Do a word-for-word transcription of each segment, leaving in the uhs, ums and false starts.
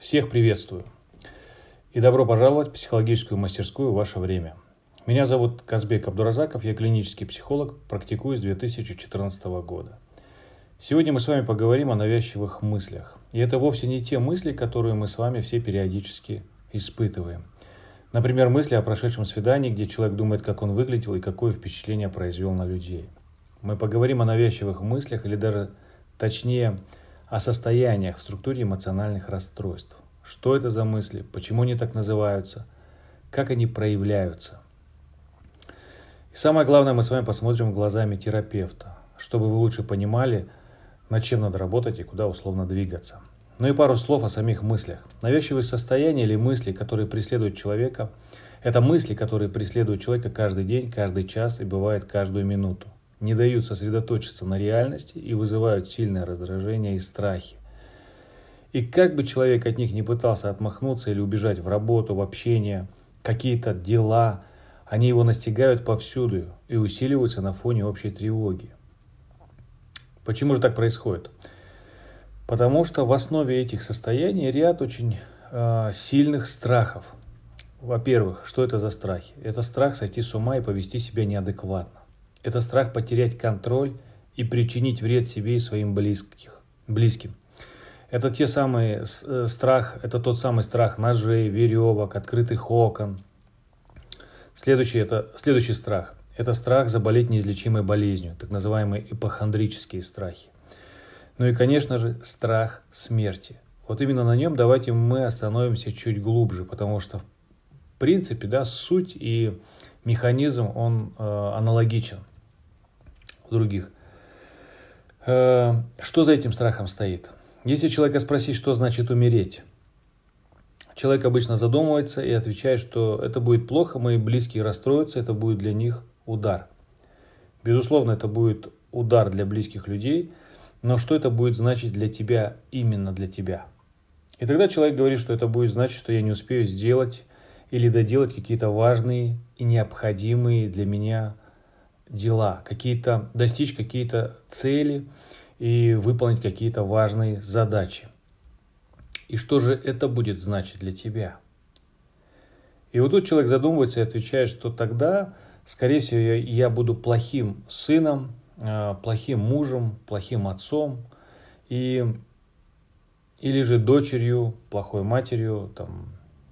Всех приветствую и добро пожаловать в психологическую мастерскую «Ваше время». Меня зовут Казбек Абдуразаков, я клинический психолог, практикую с две тысячи четырнадцатого года. Сегодня мы с вами поговорим о навязчивых мыслях. И это вовсе не те мысли, которые мы с вами все периодически испытываем. Например, мысли о прошедшем свидании, где человек думает, как он выглядел и какое впечатление произвел на людей. Мы поговорим о навязчивых мыслях или даже, точнее, о состояниях в структуре эмоциональных расстройств. Что это за мысли, почему они так называются, как они проявляются. И самое главное, мы с вами посмотрим глазами терапевта, чтобы вы лучше понимали, над чем надо работать и куда условно двигаться. Ну и пару слов о самих мыслях. Навязчивые состояния или мысли, которые преследуют человека, это мысли, которые преследуют человека каждый день, каждый час и бывает каждую минуту. Не дают сосредоточиться на реальности и вызывают сильное раздражение и страхи. И как бы человек от них не пытался отмахнуться или убежать в работу, в общение, какие-то дела, они его настигают повсюду и усиливаются на фоне общей тревоги. Почему же так происходит? Потому что в основе этих состояний ряд очень э, сильных страхов. Во-первых, что это за страхи? Это страх сойти с ума и повести себя неадекватно. Это страх потерять контроль и причинить вред себе и своим близких, близким. Это те самые э, страх, это тот самый страх ножей, веревок, открытых окон. Следующий, это, следующий страх – это страх заболеть неизлечимой болезнью, так называемые ипохондрические страхи. Ну и, конечно же, страх смерти. Вот именно на нем давайте мы остановимся чуть глубже, потому что, в принципе, да, суть и механизм, он э, аналогичен у других. Э, что за этим страхом стоит? Если человека спросить, что значит умереть, человек обычно задумывается и отвечает, что это будет плохо, мои близкие расстроятся, это будет для них удар. Безусловно, это будет удар для близких людей, но что это будет значить для тебя, именно для тебя? И тогда человек говорит, что это будет значить, что я не успею сделать или доделать какие-то важные и необходимые для меня дела, какие-то, достичь какие-то цели и выполнить какие-то важные задачи. И что же это будет значить для тебя? И вот тут человек задумывается и отвечает, что тогда, скорее всего, я буду плохим сыном, плохим мужем, плохим отцом, и, или же дочерью, плохой матерью, там,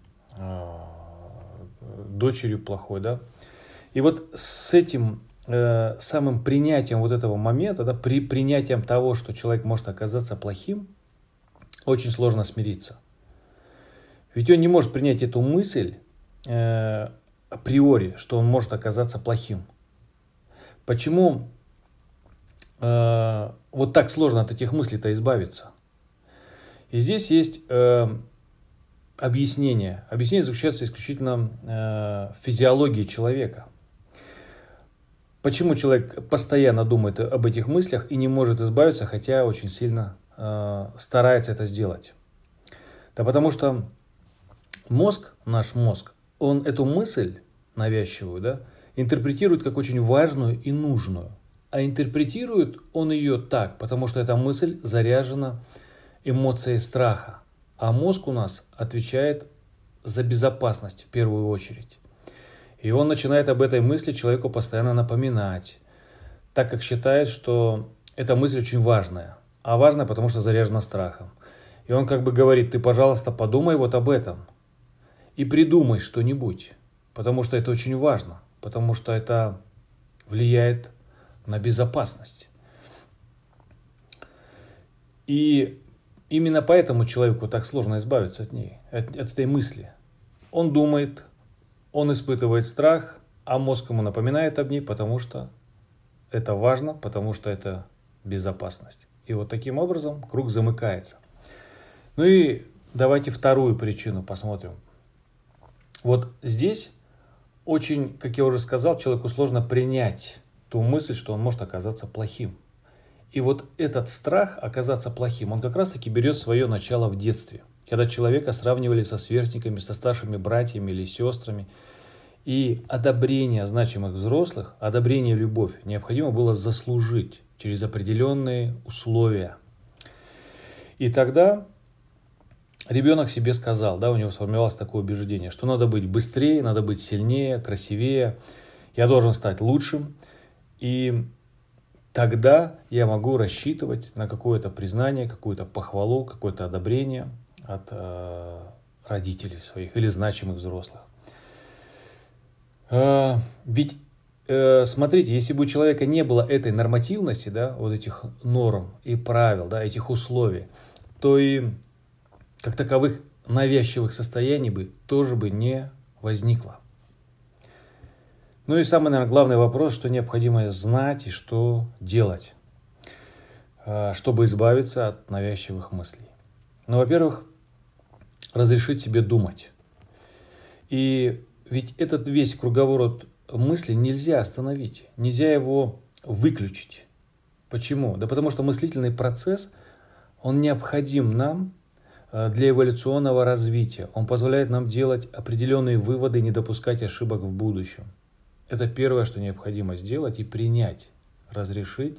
дочерью плохой, да. И вот с этим э, самым принятием вот этого момента, да, при принятием того, что человек может оказаться плохим, очень сложно смириться. Ведь он не может принять эту мысль э, априори, что он может оказаться плохим. Почему э, вот так сложно от этих мыслей-то избавиться? И здесь есть э, объяснение. Объяснение заключается исключительно э, в физиологии человека. Почему человек постоянно думает об этих мыслях и не может избавиться, хотя очень сильно э, старается это сделать? Да потому что мозг, наш мозг, он эту мысль навязчивую, да, интерпретирует как очень важную и нужную. А интерпретирует он ее так, потому что эта мысль заряжена эмоцией страха. А мозг у нас отвечает за безопасность в первую очередь. И он начинает об этой мысли человеку постоянно напоминать, так как считает, что эта мысль очень важная. А важная, потому что заряжена страхом. И он как бы говорит: ты, пожалуйста, подумай вот об этом. И придумай что-нибудь. Потому что это очень важно. Потому что это влияет на безопасность. И именно поэтому человеку так сложно избавиться от ней, от, от этой мысли. Он думает, он испытывает страх, а мозг ему напоминает об ней, потому что это важно, потому что это безопасность. И вот таким образом круг замыкается. Ну и давайте вторую причину посмотрим. Вот здесь очень, как я уже сказал, человеку сложно принять ту мысль, что он может оказаться плохим. И вот этот страх оказаться плохим, он как раз-таки берет свое начало в детстве, когда человека сравнивали со сверстниками, со старшими братьями или сестрами. И одобрение значимых взрослых, одобрение и любовь необходимо было заслужить через определенные условия. И тогда ребенок себе сказал, да, у него сформировалось такое убеждение, что надо быть быстрее, надо быть сильнее, красивее, я должен стать лучшим, и тогда я могу рассчитывать на какое-то признание, какую-то похвалу, какое-то одобрение от э, родителей своих или значимых взрослых. Э, ведь, э, смотрите, если бы у человека не было этой нормативности, да, вот этих норм и правил, да, этих условий, то и как таковых навязчивых состояний бы тоже бы не возникло. Ну и самый, наверное, главный вопрос, что необходимо знать и что делать, чтобы избавиться от навязчивых мыслей. Ну, во-первых, разрешить себе думать. И ведь этот весь круговорот мыслей нельзя остановить, нельзя его выключить. Почему? Да потому что мыслительный процесс, он необходим нам для эволюционного развития. Он позволяет нам делать определенные выводы и не допускать ошибок в будущем. Это первое, что необходимо сделать и принять, разрешить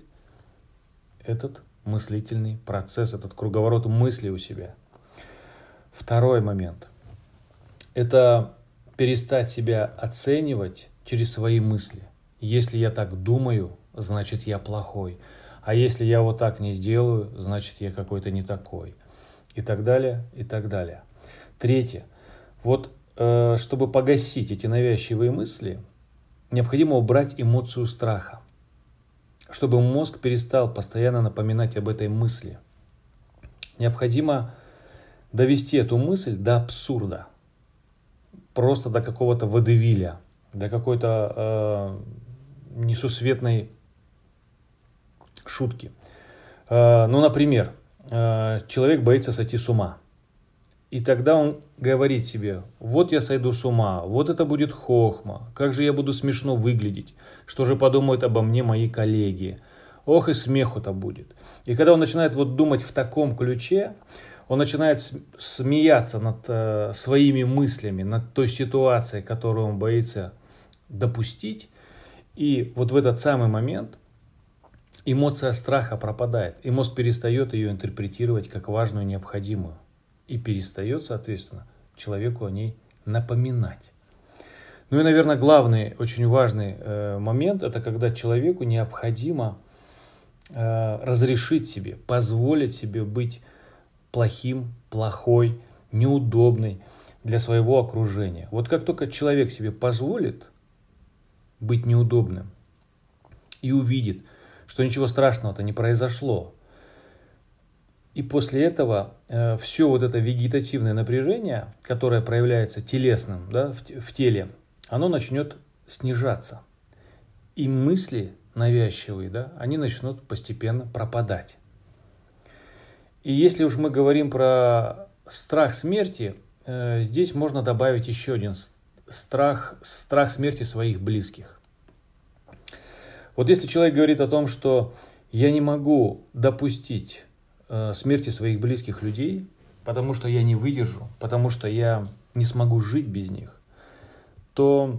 этот мыслительный процесс, этот круговорот мыслей у себя. Второй момент – это перестать себя оценивать через свои мысли. Если я так думаю, значит я плохой. А если я вот так не сделаю, значит я какой-то не такой. И так далее, и так далее. Третье. Вот э, чтобы погасить эти навязчивые мысли, необходимо убрать эмоцию страха, чтобы мозг перестал постоянно напоминать об этой мысли. Необходимо довести эту мысль до абсурда, просто до какого-то водевиля, до какой-то э, несусветной шутки. Э, ну, например, э, человек боится сойти с ума. И тогда он говорит себе: вот я сойду с ума, вот это будет хохма, как же я буду смешно выглядеть, что же подумают обо мне мои коллеги, ох и смеху-то будет. И когда он начинает вот думать в таком ключе, он начинает смеяться над э, своими мыслями, над той ситуацией, которую он боится допустить. И вот в этот самый момент эмоция страха пропадает, и мозг перестает ее интерпретировать как важную, необходимую. И перестает, соответственно, человеку о ней напоминать. Ну и, наверное, главный, очень важный э, момент, это когда человеку необходимо э, разрешить себе, позволить себе быть плохим, плохой, неудобной для своего окружения. Вот как только человек себе позволит быть неудобным и увидит, что ничего страшного-то не произошло, и после этого э, все вот это вегетативное напряжение, которое проявляется телесным, да, в, в теле, оно начнет снижаться. И мысли навязчивые, да, они начнут постепенно пропадать. И если уж мы говорим про страх смерти, э, здесь можно добавить еще один страх, страх смерти своих близких. Вот если человек говорит о том, что я не могу допустить смерти своих близких людей, потому что я не выдержу, потому что я не смогу жить без них, то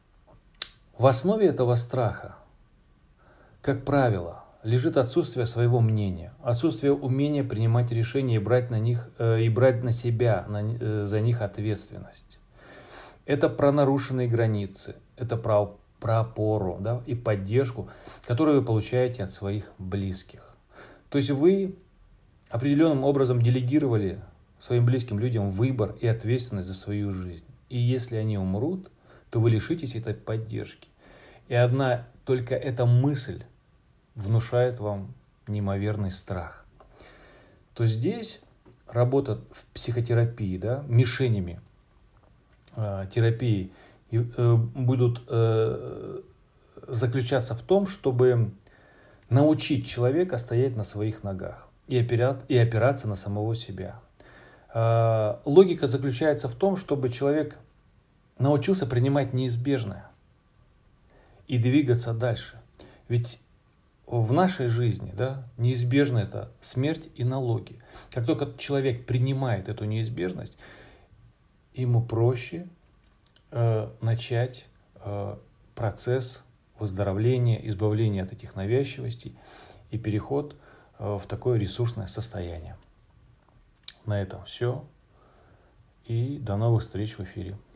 в основе этого страха, как правило, лежит отсутствие своего мнения, отсутствие умения принимать решения и брать на них и брать на себя на, за них ответственность. Это про нарушенные границы, это про, про опору, да, и поддержку, которую вы получаете от своих близких. То есть вы определенным образом делегировали своим близким людям выбор и ответственность за свою жизнь. И если они умрут, то вы лишитесь этой поддержки. И одна только эта мысль внушает вам неимоверный страх. То здесь работа в психотерапии, да, мишенями э, терапии э, будут э, заключаться в том, чтобы научить человека стоять на своих ногах и опираться на самого себя. Логика заключается в том, чтобы человек научился принимать неизбежное и двигаться дальше. Ведь в нашей жизни, да, неизбежно это смерть и налоги. Как только человек принимает эту неизбежность, ему проще э, начать э, процесс выздоровления, избавления от этих навязчивостей и переход в такое ресурсное состояние. На этом все. и до новых встреч в эфире.